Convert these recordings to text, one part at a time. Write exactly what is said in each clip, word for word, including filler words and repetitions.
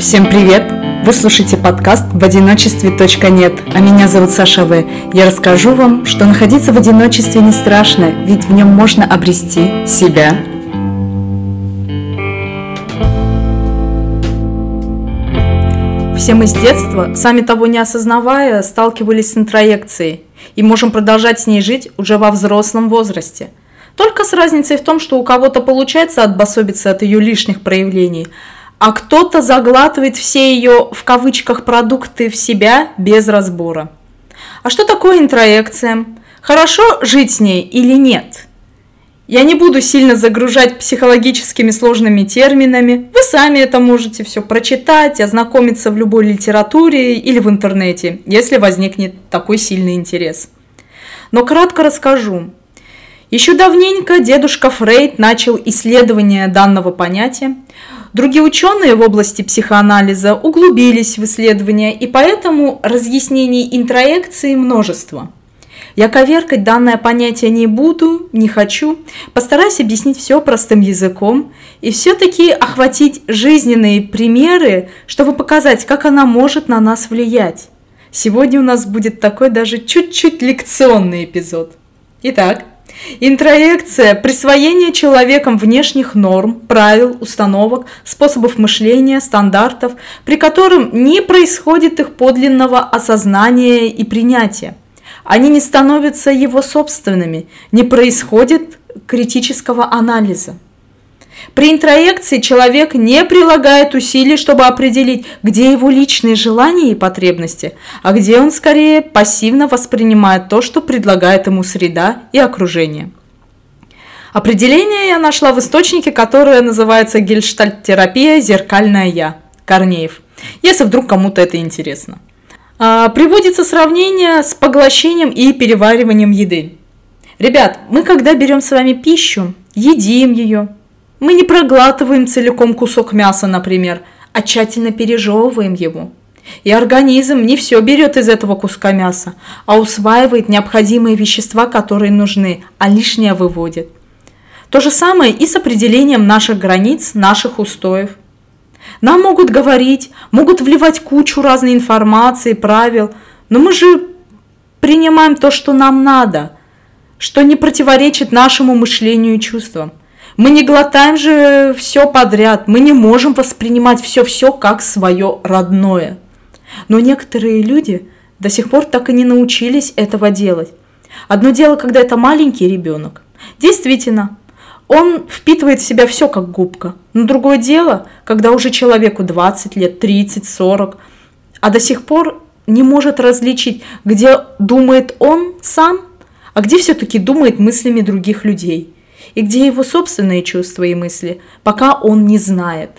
Всем привет! Вы слушаете подкаст в одиночестве точка нет, а меня зовут Саша В. Я расскажу вам, что находиться в одиночестве не страшно, ведь в нем можно обрести себя. Все мы с детства, сами того не осознавая, сталкивались с интроекцией и можем продолжать с ней жить уже во взрослом возрасте. Только с разницей в том, что у кого-то получается отбособиться от ее лишних проявлений, а кто-то заглатывает все ее, в кавычках, продукты в себя без разбора. А что такое интроекция? Хорошо жить с ней или нет? Я не буду сильно загружать психологическими сложными терминами. Вы сами это можете все прочитать, ознакомиться в любой литературе или в интернете, если возникнет такой сильный интерес. Но кратко расскажу. Еще давненько дедушка Фрейд начал исследование данного понятия. Другие ученые в области психоанализа углубились в исследования, и поэтому разъяснений интроекции множество. Я коверкать данное понятие не буду, не хочу, постараюсь объяснить все простым языком и все-таки охватить жизненные примеры, чтобы показать, как она может на нас влиять. Сегодня у нас будет такой даже чуть-чуть лекционный эпизод. Итак, интроекция – присвоение человеком внешних норм, правил, установок, способов мышления, стандартов, при котором не происходит их подлинного осознания и принятия. Они не становятся его собственными, не происходит критического анализа. При интроекции человек не прилагает усилий, чтобы определить, где его личные желания и потребности, а где он скорее пассивно воспринимает то, что предлагает ему среда и окружение. Определение я нашла в источнике, которое называется гельштальт-терапия «Зеркальное я» Корнеев, если вдруг кому-то это интересно. Приводится сравнение с поглощением и перевариванием еды. Ребят, мы когда берем с вами пищу, едим ее, мы не проглатываем целиком кусок мяса, например, а тщательно пережевываем его. И организм не все берет из этого куска мяса, а усваивает необходимые вещества, которые нужны, а лишнее выводит. То же самое и с определением наших границ, наших устоев. Нам могут говорить, могут вливать кучу разной информации, правил, но мы же принимаем то, что нам надо, что не противоречит нашему мышлению и чувствам. Мы не глотаем же все подряд, мы не можем воспринимать все-все как свое родное. Но некоторые люди до сих пор так и не научились этого делать. Одно дело, когда это маленький ребенок. Действительно, он впитывает в себя все как губка. Но другое дело, когда уже человеку двадцать лет, тридцать, сорок, а до сих пор не может различить, где думает он сам, а где все-таки думает мыслями других людей. И где его собственные чувства и мысли, пока он не знает.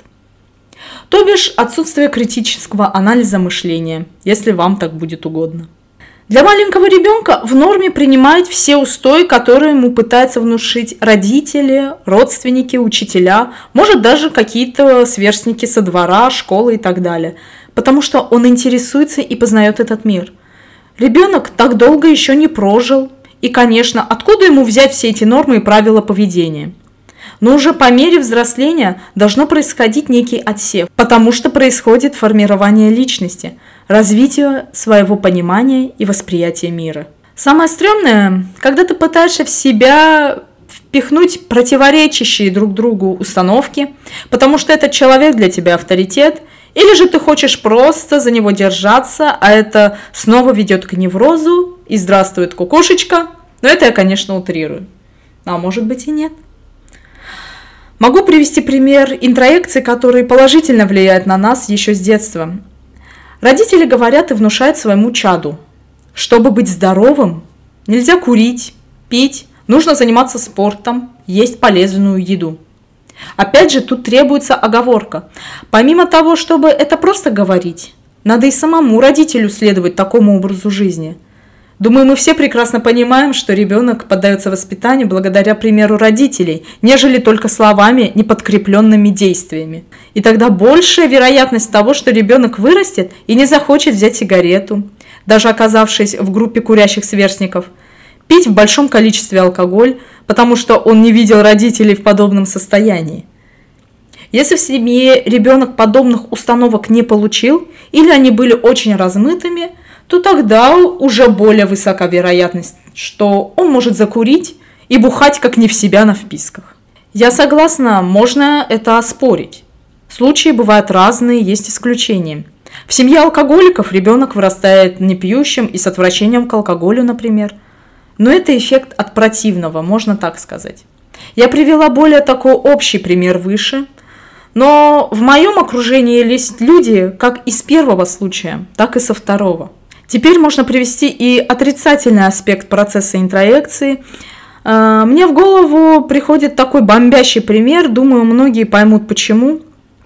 То бишь отсутствие критического анализа мышления, если вам так будет угодно. Для маленького ребенка в норме принимать все устои, которые ему пытаются внушить родители, родственники, учителя, может даже какие-то сверстники со двора, школы и так далее, потому что он интересуется и познает этот мир. Ребенок так долго еще не прожил. И, конечно, откуда ему взять все эти нормы и правила поведения? Но уже по мере взросления должно происходить некий отсев, потому что происходит формирование личности, развитие своего понимания и восприятия мира. Самое стрёмное, когда ты пытаешься в себя впихнуть противоречащие друг другу установки, потому что этот человек для тебя авторитет, или же ты хочешь просто за него держаться, а это снова ведет к неврозу, и здравствует кукушечка. Но это я, конечно, утрирую. А может быть и нет. Могу привести пример интроекции, который положительно влияет на нас еще с детства. Родители говорят и внушают своему чаду: чтобы быть здоровым, нельзя курить, пить, нужно заниматься спортом, есть полезную еду. Опять же, тут требуется оговорка. Помимо того, чтобы это просто говорить, надо и самому родителю следовать такому образу жизни. Думаю, мы все прекрасно понимаем, что ребенок поддается воспитанию благодаря примеру родителей, нежели только словами, не подкрепленными действиями. И тогда большая вероятность того, что ребенок вырастет и не захочет взять сигарету, даже оказавшись в группе курящих сверстников, пить в большом количестве алкоголь, потому что он не видел родителей в подобном состоянии. Если в семье ребенок подобных установок не получил или они были очень размытыми, то тогда уже более высока вероятность, что он может закурить и бухать как не в себя на вписках. Я согласна, можно это оспорить. Случаи бывают разные, есть исключения. В семье алкоголиков ребенок вырастает непьющим и с отвращением к алкоголю, например. Но это эффект от противного, можно так сказать. Я привела более такой общий пример выше, но в моем окружении есть люди как из первого случая, так и со второго. Теперь можно привести и отрицательный аспект процесса интроекции. Мне в голову приходит такой бомбящий пример, думаю, многие поймут почему.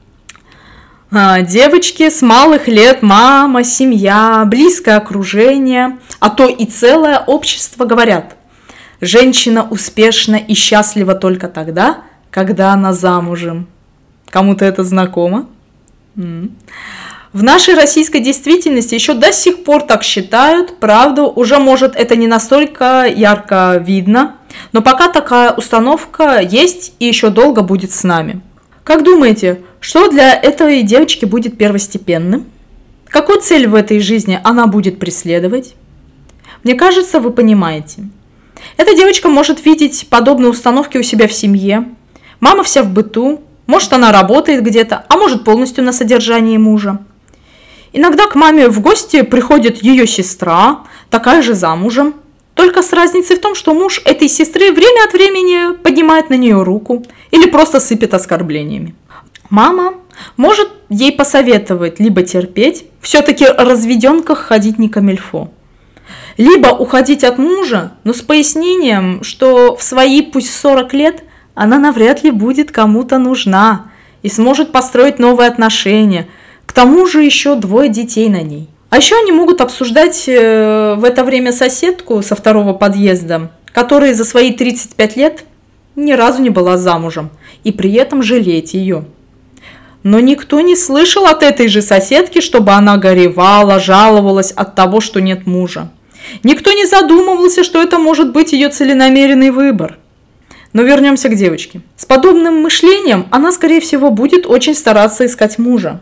Девочки с малых лет, мама, семья, близкое окружение, а то и целое общество говорят: женщина успешна и счастлива только тогда, когда она замужем. Кому-то это знакомо? В нашей российской действительности еще до сих пор так считают, правда, уже может это не настолько ярко видно, но пока такая установка есть и еще долго будет с нами. Как думаете, что для этой девочки будет первостепенным? Какую цель в этой жизни она будет преследовать? Мне кажется, вы понимаете. Эта девочка может видеть подобные установки у себя в семье. Мама вся в быту, может, она работает где-то, а может, полностью на содержании мужа. Иногда к маме в гости приходит ее сестра, такая же замужем, только с разницей в том, что муж этой сестры время от времени поднимает на нее руку или просто сыпет оскорблениями. Мама может ей посоветовать либо терпеть, все-таки разведенках ходить не камильфо, либо уходить от мужа, но с пояснением, что в свои пусть сорок лет она навряд ли будет кому-то нужна и сможет построить новые отношения, к тому же еще двое детей на ней. А еще они могут обсуждать в это время соседку со второго подъезда, которая за свои тридцать пять лет ни разу не была замужем, и при этом жалеть ее. Но никто не слышал от этой же соседки, чтобы она горевала, жаловалась от того, что нет мужа. Никто не задумывался, что это может быть ее целенамеренный выбор. Но вернемся к девочке. С подобным мышлением она, скорее всего, будет очень стараться искать мужа.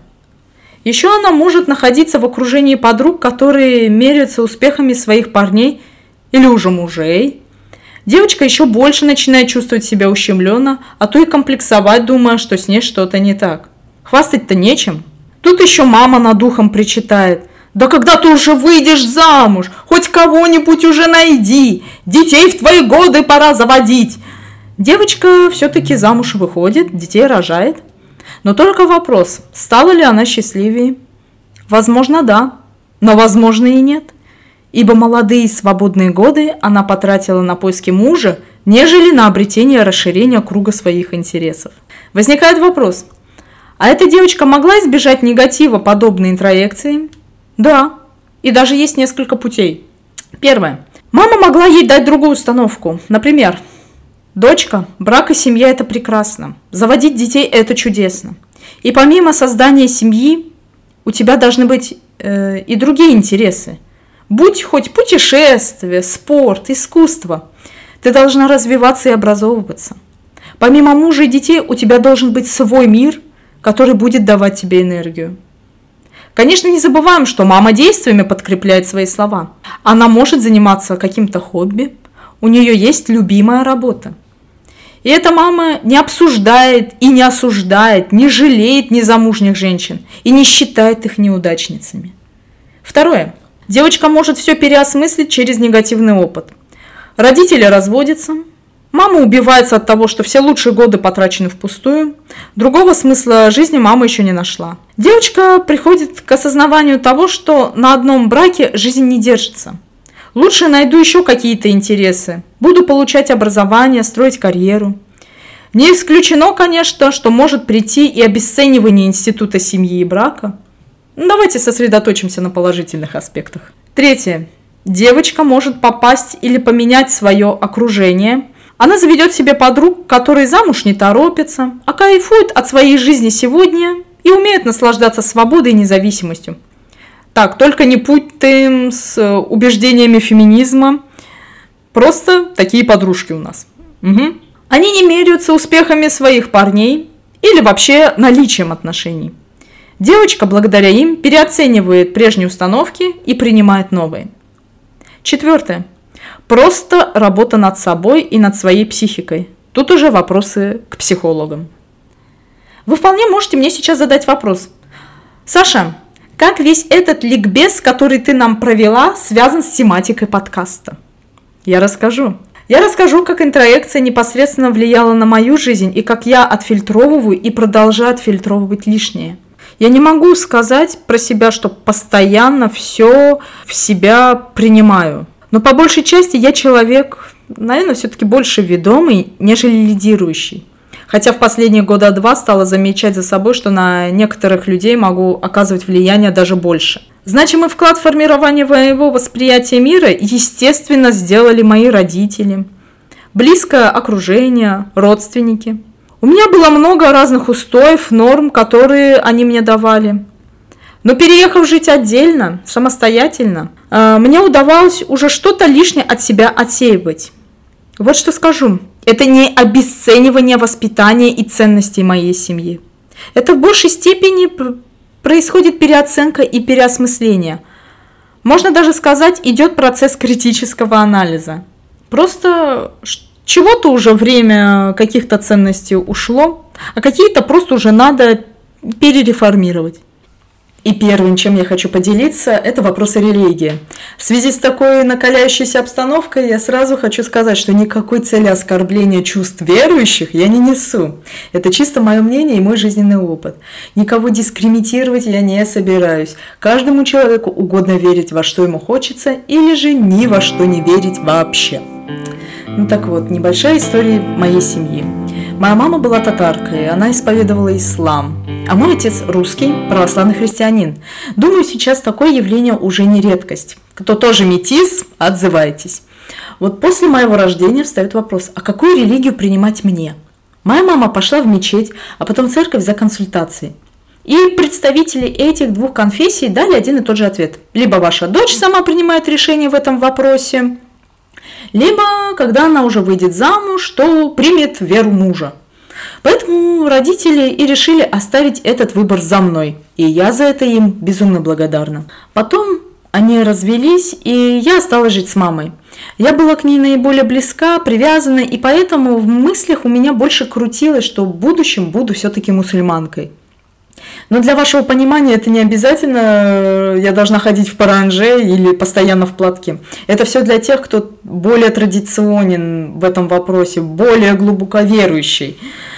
Еще она может находиться в окружении подруг, которые меряются успехами своих парней или уже мужей. Девочка еще больше начинает чувствовать себя ущемленно, а то и комплексовать, думая, что с ней что-то не так. Хвастать-то нечем. Тут еще мама над духом причитает: «Да когда ты уже выйдешь замуж? Хоть кого-нибудь уже найди! Детей в твои годы пора заводить!» Девочка все-таки замуж выходит, детей рожает. Но только вопрос, стала ли она счастливее? Возможно, да, но возможно и нет. Ибо молодые свободные годы она потратила на поиски мужа, нежели на обретение и расширение круга своих интересов. Возникает вопрос, а эта девочка могла избежать негатива подобной интроекции? Да, и даже есть несколько путей. Первое. Мама могла ей дать другую установку. Например, дочка, брак и семья – это прекрасно. Заводить детей – это чудесно. И помимо создания семьи, у тебя должны быть э, и другие интересы. Будь хоть путешествие, спорт, искусство. Ты должна развиваться и образовываться. Помимо мужа и детей, у тебя должен быть свой мир, который будет давать тебе энергию. Конечно, не забываем, что мама действиями подкрепляет свои слова. Она может заниматься каким-то хобби. У нее есть любимая работа. И эта мама не обсуждает и не осуждает, не жалеет незамужних женщин и не считает их неудачницами. Второе. Девочка может все переосмыслить через негативный опыт. Родители разводятся, мама убивается от того, что все лучшие годы потрачены впустую, другого смысла жизни мама еще не нашла. Девочка приходит к осознаванию того, что на одном браке жизнь не держится. Лучше найду еще какие-то интересы. Буду получать образование, строить карьеру. Не исключено, конечно, что может прийти и обесценивание института семьи и брака. Давайте сосредоточимся на положительных аспектах. Третье. Девочка может попасть или поменять свое окружение. Она заведет себе подруг, которые замуж не торопятся, а кайфуют от своей жизни сегодня и умеют наслаждаться свободой и независимостью. Так, только не путаем с убеждениями феминизма. Просто такие подружки у нас. Угу. Они не меряются успехами своих парней или вообще наличием отношений. Девочка благодаря им переоценивает прежние установки и принимает новые. Четвертое. Просто работа над собой и над своей психикой. Тут уже вопросы к психологам. Вы вполне можете мне сейчас задать вопрос. Саша, как весь этот ликбез, который ты нам провела, связан с тематикой подкаста? Я расскажу. Я расскажу, как интроекция непосредственно влияла на мою жизнь и как я отфильтровываю и продолжаю отфильтровывать лишнее. Я не могу сказать про себя, что постоянно все в себя принимаю. Но по большей части я человек, наверное, все-таки больше ведомый, нежели лидирующий. Хотя в последние года два стала замечать за собой, что на некоторых людей могу оказывать влияние даже больше. Значимый вклад в формирование моего восприятия мира, естественно, сделали мои родители, близкое окружение, родственники. У меня было много разных устоев, норм, которые они мне давали. Но переехав жить отдельно, самостоятельно, мне удавалось уже что-то лишнее от себя отсеивать. Вот что скажу. Это не обесценивание воспитания и ценностей моей семьи. Это в большей степени происходит переоценка и переосмысление. Можно даже сказать, идет процесс критического анализа. Просто чего-то уже время каких-то ценностей ушло, а какие-то просто уже надо перереформировать. И первым, чем я хочу поделиться, это вопросы религии. В связи с такой накаляющейся обстановкой я сразу хочу сказать, что никакой цели оскорбления чувств верующих я не несу. Это чисто мое мнение и мой жизненный опыт. Никого дискриминировать я не собираюсь. Каждому человеку угодно верить во что ему хочется, или же ни во что не верить вообще. Ну так вот, небольшая история моей семьи. Моя мама была татаркой, она исповедовала ислам, а мой отец русский, православный христианин. Думаю, сейчас такое явление уже не редкость. Кто тоже метис, отзывайтесь. Вот после моего рождения встает вопрос, а какую религию принимать мне? Моя мама пошла в мечеть, а потом в церковь за консультацией. И представители этих двух конфессий дали один и тот же ответ. Либо ваша дочь сама принимает решение в этом вопросе, либо, когда она уже выйдет замуж, то примет веру мужа. Поэтому родители и решили оставить этот выбор за мной. И я за это им безумно благодарна. Потом они развелись, и я осталась жить с мамой. Я была к ней наиболее близка, привязана, и поэтому в мыслях у меня больше крутилось, что в будущем буду все-таки мусульманкой. Но для вашего понимания это не обязательно я должна ходить в паранже или постоянно в платке. Это все для тех, кто более традиционен в этом вопросе, более глубоко верующий.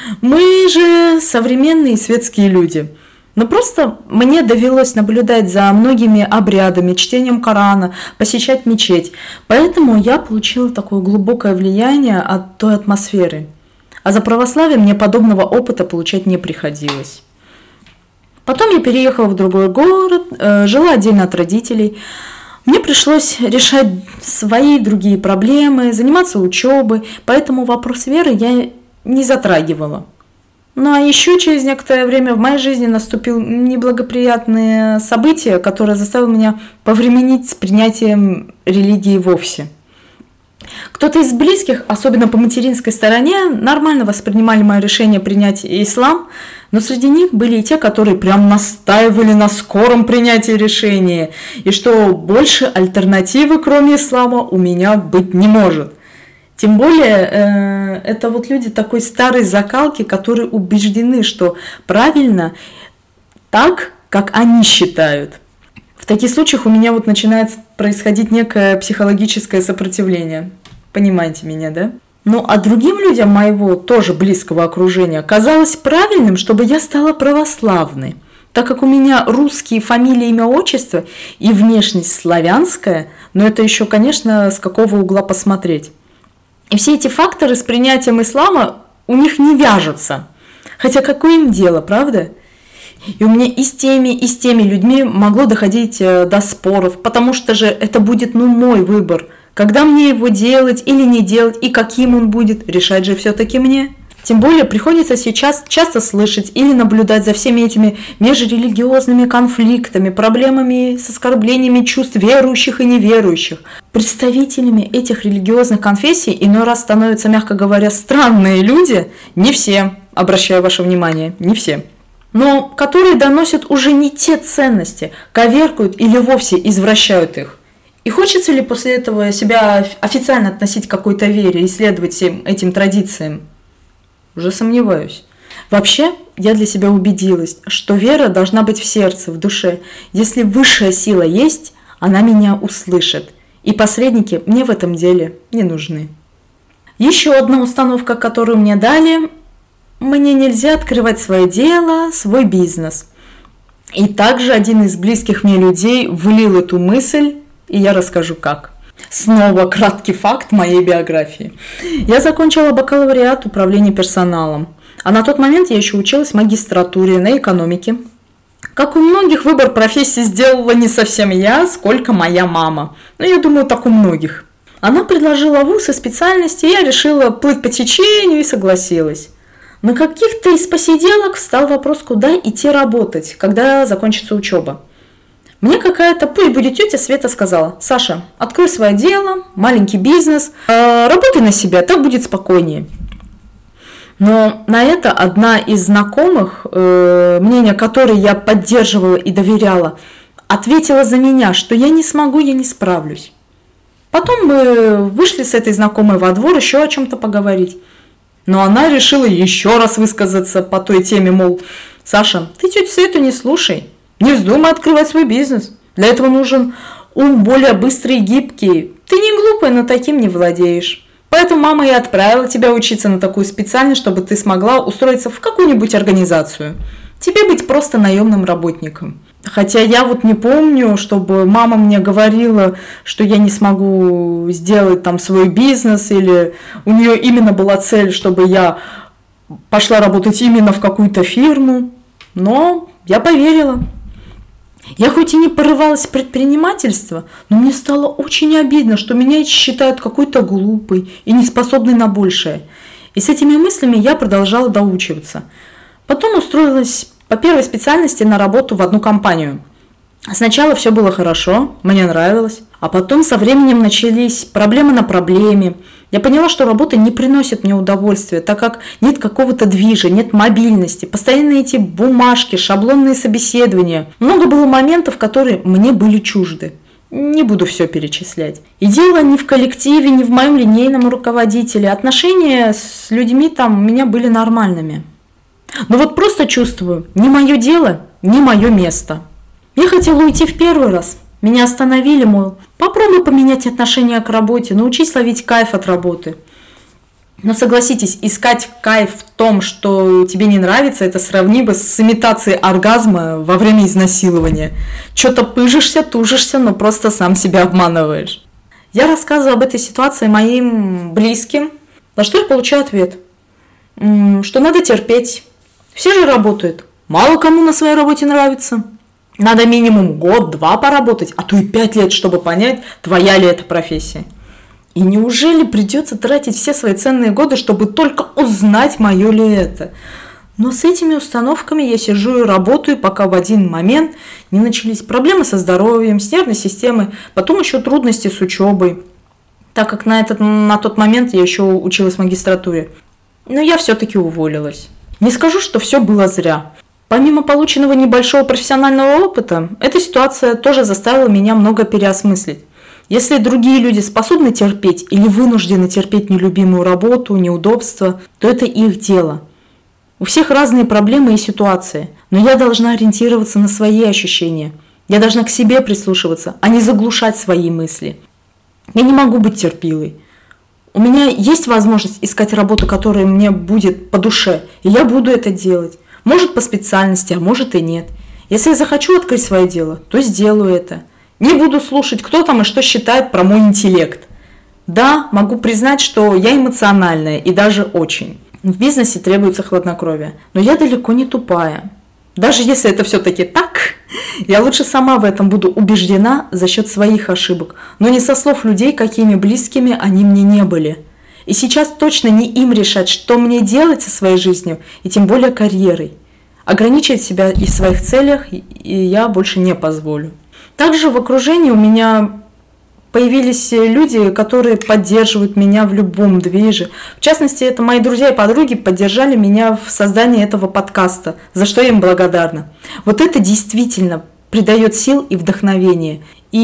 Мы же современные светские люди. Но просто мне довелось наблюдать за многими обрядами, чтением Корана, посещать мечеть. Поэтому я получила такое глубокое влияние от той атмосферы. А за православие мне подобного опыта получать не приходилось. Потом я переехала в другой город, жила отдельно от родителей. Мне пришлось решать свои другие проблемы, заниматься учебой, поэтому вопрос веры я не затрагивала. Ну а еще через некоторое время в моей жизни наступило неблагоприятное событие, которое заставило меня повременить с принятием религии вовсе. Кто-то из близких, особенно по материнской стороне, нормально воспринимали мое решение принять ислам, но среди них были и те, которые прям настаивали на скором принятии решения, и что больше альтернативы, кроме ислама, у меня быть не может. Тем более, э, это вот люди такой старой закалки, которые убеждены, что правильно так, как они считают. В таких случаях у меня вот начинает происходить некое психологическое сопротивление. Понимаете меня, да? Ну, а другим людям моего тоже близкого окружения казалось правильным, чтобы я стала православной. Так как у меня русские фамилия, имя, отчество и внешность славянская, но это еще, конечно, с какого угла посмотреть. И все эти факторы с принятием ислама у них не вяжутся. Хотя какое им дело, правда? И у меня и с теми, и с теми людьми могло доходить до споров, потому что же это будет, ну, мой выбор. Когда мне его делать или не делать, и каким он будет, решать же все-таки мне. Тем более приходится сейчас часто слышать или наблюдать за всеми этими межрелигиозными конфликтами, проблемами с оскорблениями чувств верующих и неверующих. Представителями этих религиозных конфессий иной раз становятся, мягко говоря, странные люди, не все, обращаю ваше внимание, не все, но которые доносят уже не те ценности, коверкают или вовсе извращают их. И хочется ли после этого себя официально относить к какой-то вере и следовать всем этим традициям? Уже сомневаюсь. Вообще, я для себя убедилась, что вера должна быть в сердце, в душе. Если высшая сила есть, она меня услышит. И посредники мне в этом деле не нужны. Еще одна установка, которую мне дали: мне нельзя открывать свое дело, свой бизнес. И также один из близких мне людей влил эту мысль, и я расскажу как. Снова краткий факт моей биографии. Я закончила бакалавриат управления персоналом, а на тот момент я еще училась в магистратуре на экономике. Как у многих, выбор профессии сделала не совсем я, сколько моя мама. Но я думаю, так у многих. Она предложила вуз и специальности, и я решила плыть по течению и согласилась. На каких-то из посиделок встал вопрос, куда идти работать, когда закончится учеба. Мне какая-то, пусть будет тетя Света, сказала: Саша, открой свое дело, маленький бизнес, э, работай на себя, так будет спокойнее. Но на это одна из знакомых, э, мнение которой я поддерживала и доверяла, ответила за меня, что я не смогу, я не справлюсь. Потом мы вышли с этой знакомой во двор еще о чем-то поговорить. Но она решила еще раз высказаться по той теме, мол: Саша, ты тетю Свету не слушай, не вздумай открывать свой бизнес. Для этого нужен ум более быстрый и гибкий. Ты не глупая, но таким не владеешь. Поэтому мама и отправила тебя учиться на такую специальность, чтобы ты смогла устроиться в какую-нибудь организацию. Тебе быть просто наемным работником. Хотя я вот не помню, чтобы мама мне говорила, что я не смогу сделать там свой бизнес, или у нее именно была цель, чтобы я пошла работать именно в какую-то фирму. Но я поверила. Я хоть и не порывалась в предпринимательство, но мне стало очень обидно, что меня считают какой-то глупой и неспособной на большее. И с этими мыслями я продолжала доучиваться. Потом устроилась по первой специальности на работу в одну компанию. Сначала все было хорошо, мне нравилось, а потом со временем начались проблемы на проблеме. Я поняла, что работа не приносит мне удовольствия, так как нет какого-то движа, нет мобильности, постоянно эти бумажки, шаблонные собеседования. Много было моментов, которые мне были чужды. Не буду все перечислять. И дело не в коллективе, не в моем линейном руководителе. Отношения с людьми там у меня были нормальными. Но вот просто чувствую, не мое дело, не мое место. Я хотела уйти в первый раз. Меня остановили, мол, попробуй поменять отношение к работе, научись ловить кайф от работы. Но согласитесь, искать кайф в том, что тебе не нравится, это сравнимо с имитацией оргазма во время изнасилования. Что-то пыжишься, тужишься, но просто сам себя обманываешь. Я рассказываю об этой ситуации моим близким, на что я получаю ответ, что надо терпеть. Все же работают. Мало кому на своей работе нравится. Надо минимум год-два поработать, а то и пять лет, чтобы понять, твоя ли это профессия. И неужели придется тратить все свои ценные годы, чтобы только узнать, мое ли это? Но с этими установками я сижу и работаю, пока в один момент не начались проблемы со здоровьем, с нервной системой, потом еще трудности с учебой, так как на, этот, на тот момент я еще училась в магистратуре. Но я все-таки уволилась. Не скажу, что все было зря. Помимо полученного небольшого профессионального опыта, эта ситуация тоже заставила меня много переосмыслить. Если другие люди способны терпеть или вынуждены терпеть нелюбимую работу, неудобства, то это их дело. У всех разные проблемы и ситуации, но я должна ориентироваться на свои ощущения. Я должна к себе прислушиваться, а не заглушать свои мысли. Я не могу быть терпилой. У меня есть возможность искать работу, которая мне будет по душе, и я буду это делать. Может, по специальности, а может и нет. Если я захочу открыть свое дело, то сделаю это. Не буду слушать, кто там и что считает про мой интеллект. Да, могу признать, что я эмоциональная и даже очень. В бизнесе требуется хладнокровие, но я далеко не тупая. Даже если это все-таки так, я лучше сама в этом буду убеждена за счет своих ошибок, но не со слов людей, какими близкими они мне не были. И сейчас точно не им решать, что мне делать со своей жизнью, и тем более карьерой. Ограничивать себя и в своих целях и я больше не позволю. Также в окружении у меня появились люди, которые поддерживают меня в любом движе. В частности, это мои друзья и подруги поддержали меня в создании этого подкаста, за что я им благодарна. Вот это действительно придает сил и вдохновение.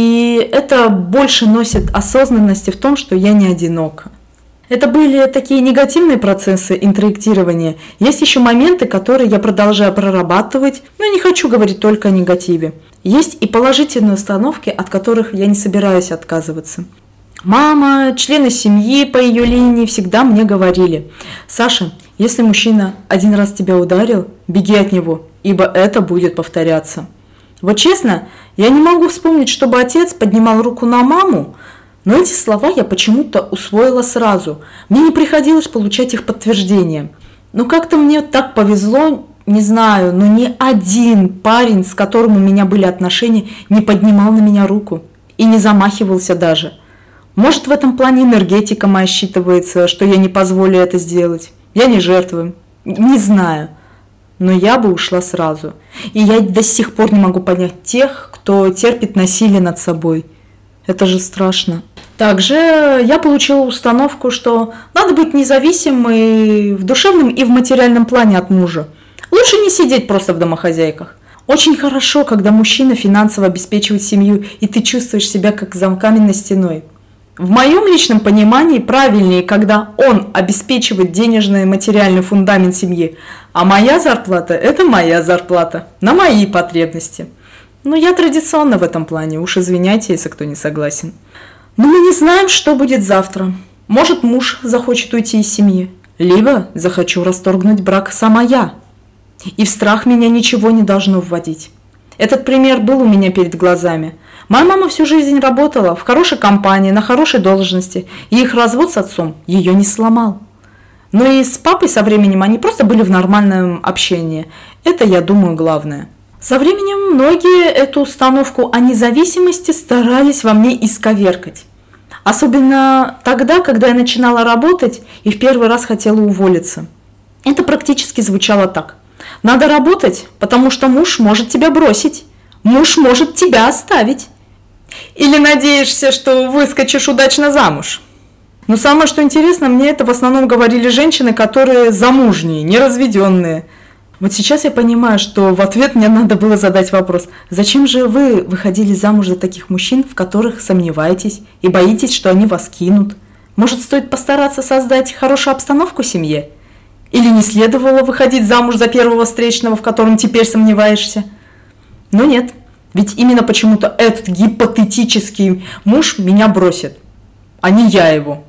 И это больше носит осознанности в том, что я не одинока. Это были такие негативные процессы интроектирования. Есть еще моменты, которые я продолжаю прорабатывать, но не хочу говорить только о негативе. Есть и положительные установки, от которых я не собираюсь отказываться. Мама, члены семьи по ее линии всегда мне говорили: «Саша, если мужчина один раз тебя ударил, беги от него, ибо это будет повторяться». Вот честно, я не могу вспомнить, чтобы отец поднимал руку на маму, но эти слова я почему-то усвоила сразу. Мне не приходилось получать их подтверждение. Но как-то мне так повезло, не знаю, но ни один парень, с которым у меня были отношения, не поднимал на меня руку и не замахивался даже. Может, в этом плане энергетика моя считывается, что я не позволю это сделать. Я не жертвую. Не знаю. Но я бы ушла сразу. И я до сих пор не могу понять тех, кто терпит насилие над собой. Это же страшно. Также я получила установку, что надо быть независимой в душевном и в материальном плане от мужа. Лучше не сидеть просто в домохозяйках. Очень хорошо, когда мужчина финансово обеспечивает семью, и ты чувствуешь себя как за каменной стеной. В моем личном понимании правильнее, когда он обеспечивает денежный и материальный фундамент семьи, а моя зарплата – это моя зарплата, на мои потребности. Но я традиционно в этом плане, уж извиняйте, если кто не согласен. Но мы не знаем, что будет завтра. Может, муж захочет уйти из семьи, либо захочу расторгнуть брак сама я. И в страх меня ничего не должно вводить. Этот пример был у меня перед глазами. Моя мама всю жизнь работала в хорошей компании, на хорошей должности, и их развод с отцом ее не сломал. Но и с папой со временем они просто были в нормальном общении. Это, я думаю, главное. Со временем многие эту установку о независимости старались во мне исковеркать. Особенно тогда, когда я начинала работать и в первый раз хотела уволиться. Это практически звучало так. Надо работать, потому что муж может тебя бросить. Муж может тебя оставить. Или надеешься, что выскочишь удачно замуж. Но самое, что интересно, мне это в основном говорили женщины, которые замужние, неразведенные. Вот сейчас я понимаю, что в ответ мне надо было задать вопрос: зачем же вы выходили замуж за таких мужчин, в которых сомневаетесь и боитесь, что они вас кинут? Может, стоит постараться создать хорошую обстановку в семье? Или не следовало выходить замуж за первого встречного, в котором теперь сомневаешься? Но нет, ведь именно почему-то этот гипотетический муж меня бросит, а не я его.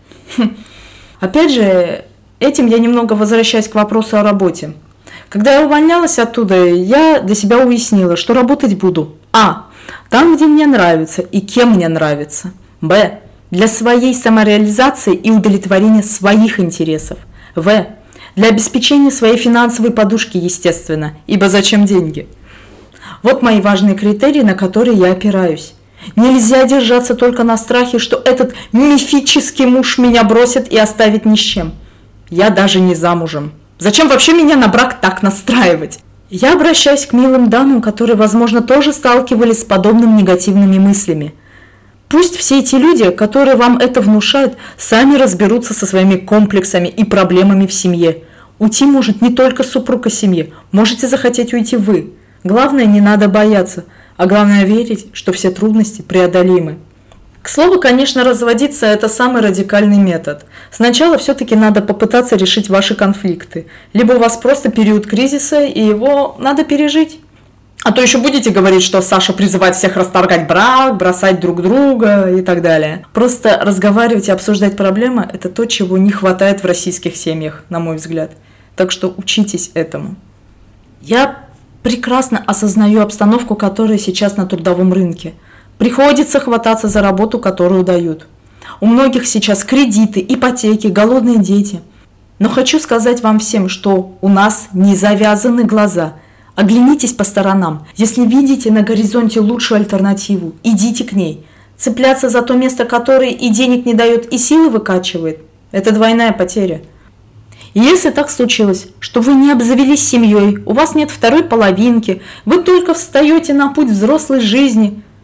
Опять же, этим я немного возвращаюсь к вопросу о работе. Когда я увольнялась оттуда, я для себя уяснила, что работать буду а. там, где мне нравится и кем мне нравится, б. для своей самореализации и удовлетворения своих интересов, в. для обеспечения своей финансовой подушки, естественно, ибо зачем деньги? Вот мои важные критерии, на которые я опираюсь. Нельзя держаться только на страхе, что этот мифический муж меня бросит и оставит ни с чем. Я даже не замужем. Зачем вообще меня на брак так настраивать? Я обращаюсь к милым дамам, которые, возможно, тоже сталкивались с подобными негативными мыслями. Пусть все эти люди, которые вам это внушают, сами разберутся со своими комплексами и проблемами в семье. Уйти может не только супруг из семьи, можете захотеть уйти вы. Главное, не надо бояться, а главное верить, что все трудности преодолимы. К слову, конечно, разводиться – это самый радикальный метод. Сначала все-таки надо попытаться решить ваши конфликты. Либо у вас просто период кризиса, и его надо пережить. А то еще будете говорить, что Саша призывает всех расторгать брак, бросать друг друга и так далее. Просто разговаривать и обсуждать проблемы – это то, чего не хватает в российских семьях, на мой взгляд. Так что учитесь этому. Я прекрасно осознаю обстановку, которая сейчас на трудовом рынке. Приходится хвататься за работу, которую дают. У многих сейчас кредиты, ипотеки, голодные дети. Но хочу сказать вам всем, что у нас не завязаны глаза. Оглянитесь по сторонам. Если видите на горизонте лучшую альтернативу, идите к ней. Цепляться за то место, которое и денег не дает, и силы выкачивает – это двойная потеря. Если так случилось, что вы не обзавелись семьей, у вас нет второй половинки, вы только встаете на путь взрослой жизни,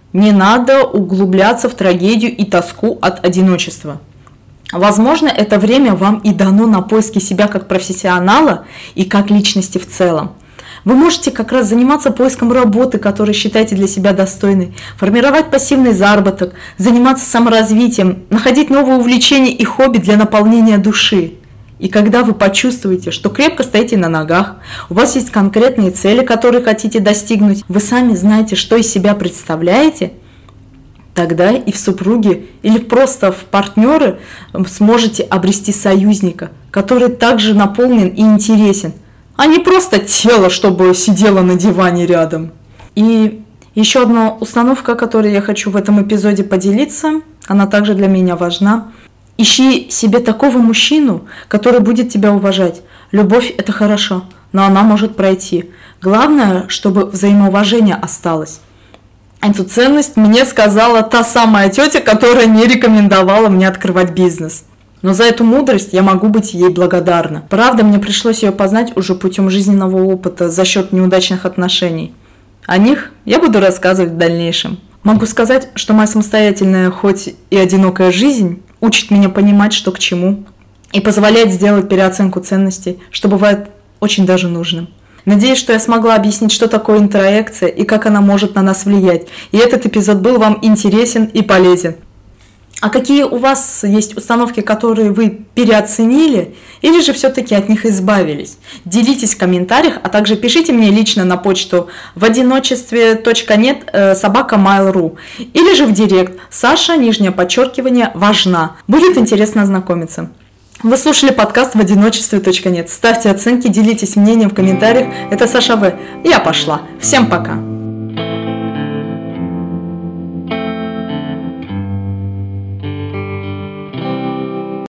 Не надо углубляться в трагедию и тоску от одиночества. Возможно, это время вам и дано на поиски себя как профессионала и как личности в целом. Вы можете как раз заниматься поиском работы, которую считаете для себя достойной, формировать пассивный заработок, заниматься саморазвитием, находить новые увлечения и хобби для наполнения души. И когда вы почувствуете, что крепко стоите на ногах, у вас есть конкретные цели, которые хотите достигнуть, вы сами знаете, что из себя представляете, тогда и в супруге или просто в партнеры сможете обрести союзника, который также наполнен и интересен, а не просто тело, чтобы сидело на диване рядом. И еще одна установка, которой я хочу в этом эпизоде поделиться, она также для меня важна. Ищи себе такого мужчину, который будет тебя уважать. Любовь – это хорошо, но она может пройти. Главное, чтобы взаимоуважение осталось. Эту ценность мне сказала та самая тетя, которая не рекомендовала мне открывать бизнес. Но за эту мудрость я могу быть ей благодарна. Правда, мне пришлось ее познать уже путем жизненного опыта за счет неудачных отношений. О них я буду рассказывать в дальнейшем. Могу сказать, что моя самостоятельная, хоть и одинокая жизнь учит меня понимать, что к чему, и позволяет сделать переоценку ценностей, что бывает очень даже нужным. Надеюсь, что я смогла объяснить, что такое интроекция и как она может на нас влиять. И этот эпизод был вам интересен и полезен. А какие у вас есть установки, которые вы переоценили, или же все-таки от них избавились? Делитесь в комментариях, а также пишите мне лично на почту в одиночестве точка нет собака mail точка ру или же в директ Саша, нижнее подчеркивание, важна. Будет интересно ознакомиться. Вы слушали подкаст в одиночестве точка нет. Ставьте оценки, делитесь мнением в комментариях. Это Саша В. Я пошла. Всем пока.